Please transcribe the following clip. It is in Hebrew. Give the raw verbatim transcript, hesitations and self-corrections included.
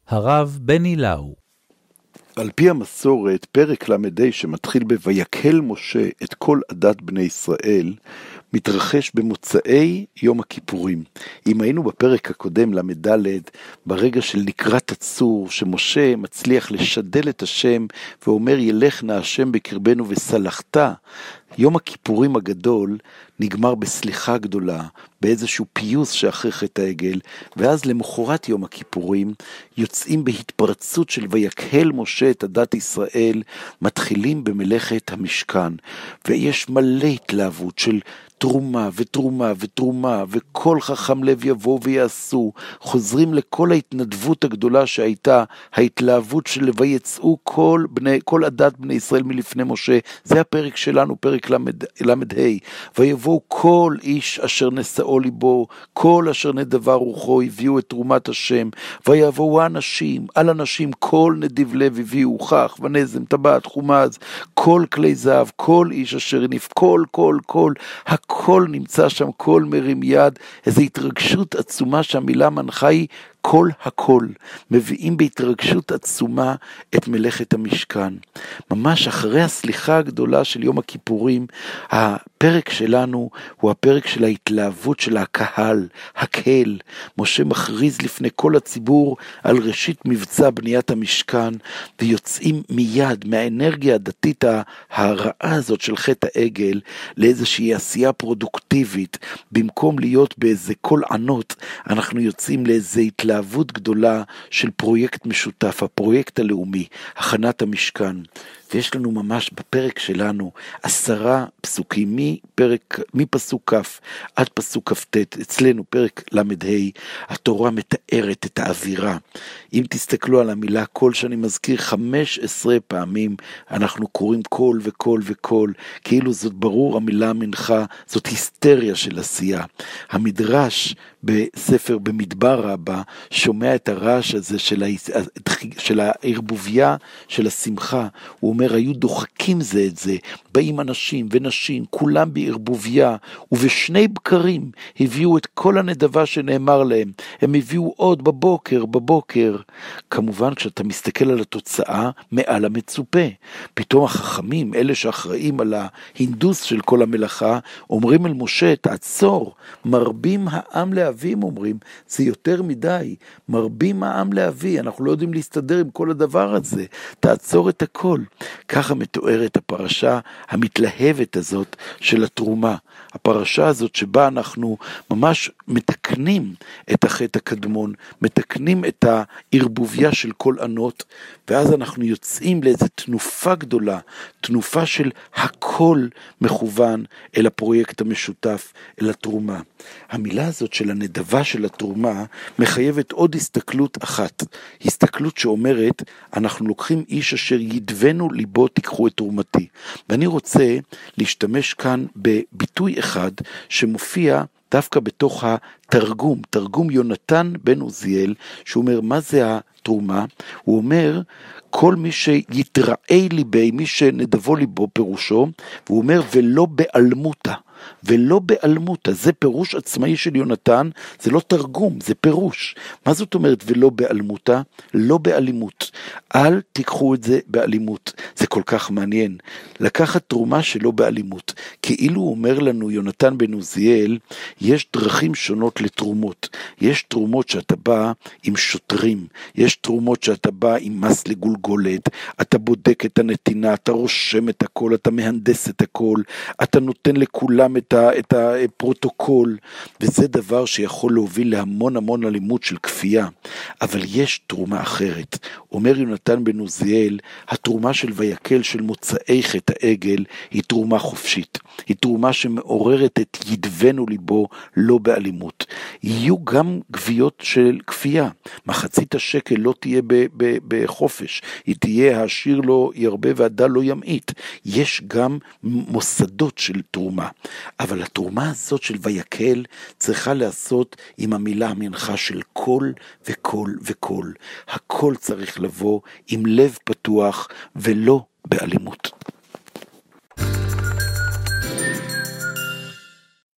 הרב בני לאו. על פי המסורת, פרק למדי שמתחיל ב"ויקהל משה את כל עדת בני ישראל", מתרחש במוצאי יום הכיפורים. אם היינו בפרק הקודם למדלת, ברגע של לקראת הצור, שמשה מצליח לשדל את השם, ואומר ילך נא השם בקרבנו וסלחת, יום הכיפורים הגדול נגמר בסליחה גדולה, באיזשהו פיוס שאחרי חטא העגל, ואז למחרת יום הכיפורים יוצאים בהתפרצות של ויקהל משה את עדת ישראל, מתחילים במלאכת המשכן, ויש מלא התלהבות של תרומה ותרומה ותרומה, וכל חכם לב יבוא ויעשו, חוזרים לכל ההתנדבות הגדולה שהייתה, ההתלהבות של ויצאו כל, בני, כל עדת בני ישראל מלפני משה. זה הפרק שלנו, פרק למד ה', ויבואו כל איש אשר נשאו ליבו, כל אשר נדבה רוחו, הביאו את תרומת השם, ויבואו אנשים, על אנשים כל נדיב לב הביאו, הוכח ונזם, טבעת, חומז, כל כלי זהב, כל איש אשר הניף, כל, כל, כל, הכל נמצא שם, כל מרים יד, איזו התרגשות עצומה שהמילה מנחה היא כל הכל, מביאים בהתרגשות עצומה את מלאכת המשכן. ממש אחרי הסליחה הגדולה של יום הכיפורים, הפרק שלנו הוא הפרק של ההתלהבות של הקהל, הקהל. משה מכריז לפני כל הציבור על ראשית מבצע בניית המשכן, ויוצאים מיד מהאנרגיה הדתית הרעה הזאת של חטא העגל, לאיזושהי עשייה פרודוקטיבית. במקום להיות באיזה קול ענות, אנחנו יוצאים לאיזה התלהבות, התלהבות גדולה של פרויקט משותף, הפרויקט הלאומי, הכנת המשכן. ויש לנו ממש בפרק שלנו עשרה פסוקים, מפרק, מפסוק כף עד פסוק כ"ט, אצלנו פרק למד ה', התורה מתארת את האווירה. אם תסתכלו על המילה קול שאני מזכיר חמש עשרה פעמים, אנחנו קוראים קול וקול וקול, כאילו זאת ברור המילה מנחה, זאת היסטריה של עשייה. המדרש בספר במדבר רבה שומע את הרעש הזה של, ה... של הערבוביה של השמחה. הוא אומר, היו דוחקים זה את זה, באים אנשים ונשים, כולם בערבוביה, ובשני בקרים הביאו את כל הנדבה שנאמר להם. הם הביאו עוד בבוקר, בבוקר. כמובן, כשאתה מסתכל על התוצאה, מעל המצופה. פתאום החכמים, אלה שאחראים על ההינדוס של כל המלאכה, אומרים אל משה, תעצור, מרבים העם להבים, אומרים, זה יותר מדי, מרבים העם להביא, אנחנו לא יודעים להסתדר עם כל הדבר הזה, תעצור את הכל. ככה מתוארת הפרשה המתלהבת הזאת של התרומה, הפרשה הזאת שבה אנחנו ממש מתקנים את החטא הקדמון, מתקנים את הערבוביה של כל ענות, ואז אנחנו יוצאים לאיזו תנופה גדולה, תנופה של הכל מכוון אל הפרויקט המשותף, אל התרומה. המילה הזאת של הנדבה של התרומה מחייבת עוד הסתכלות אחת, הסתכלות שאומרת, אנחנו לוקחים איש אשר ידבנו ליבו תיקחו את תרומתי. ואני רוצה להשתמש כאן בביטוי אחד שמופיע דווקא בתוך התרגום, תרגום יונתן בן עוזיאל, שהוא אומר מה זה התרומה? הוא אומר כל מי שיתראה ליבי, מי שנדבו ליבו פירושו, והוא אומר ולא בעלמותה. ולא בעלמותה, זה פירוש עצמאי של יונתן, זה לא תרגום, זה פירוש. מה זאת אומרת ולא בעלמותה? לא באלימות. אל תיקחו את זה באלימות. זה כל כך מעניין. לקחת תרומה שלא באלימות. כאילו הוא אומר לנו, יונתן בן עוזיאל, יש דרכים שונות לתרומות. יש תרומות שאתה בא עם שוטרים, יש תרומות שאתה בא עם מס לגולגולת, אתה בודק את הנתינה, אתה רושם את הכל, אתה מהנדס את הכל, אתה נותן לכולם את, ה, את הפרוטוקול, וזה דבר שיכול להוביל להמון המון אלימות של כפייה. אבל יש תרומה אחרת. אומר יונתן בן עוזיאל, התרומה של ויקהל של מוצאי חטא העגל היא תרומה חופשית. היא תרומה שמעוררת את ידבנו ליבו לא באלימות. יהיו גם גביות של כפייה. מחצית השקל לא תהיה ב, ב, בחופש. היא תהיה העשיר לא ירבה והדל לא ימעיט. יש גם מוסדות של תרומה. אבל התרומה הזאת של ויקהל צריכה לעשות עם המילה המנחה של כל וכל וכל. הכל צריך לבוא עם לב פתוח ולא באלימות.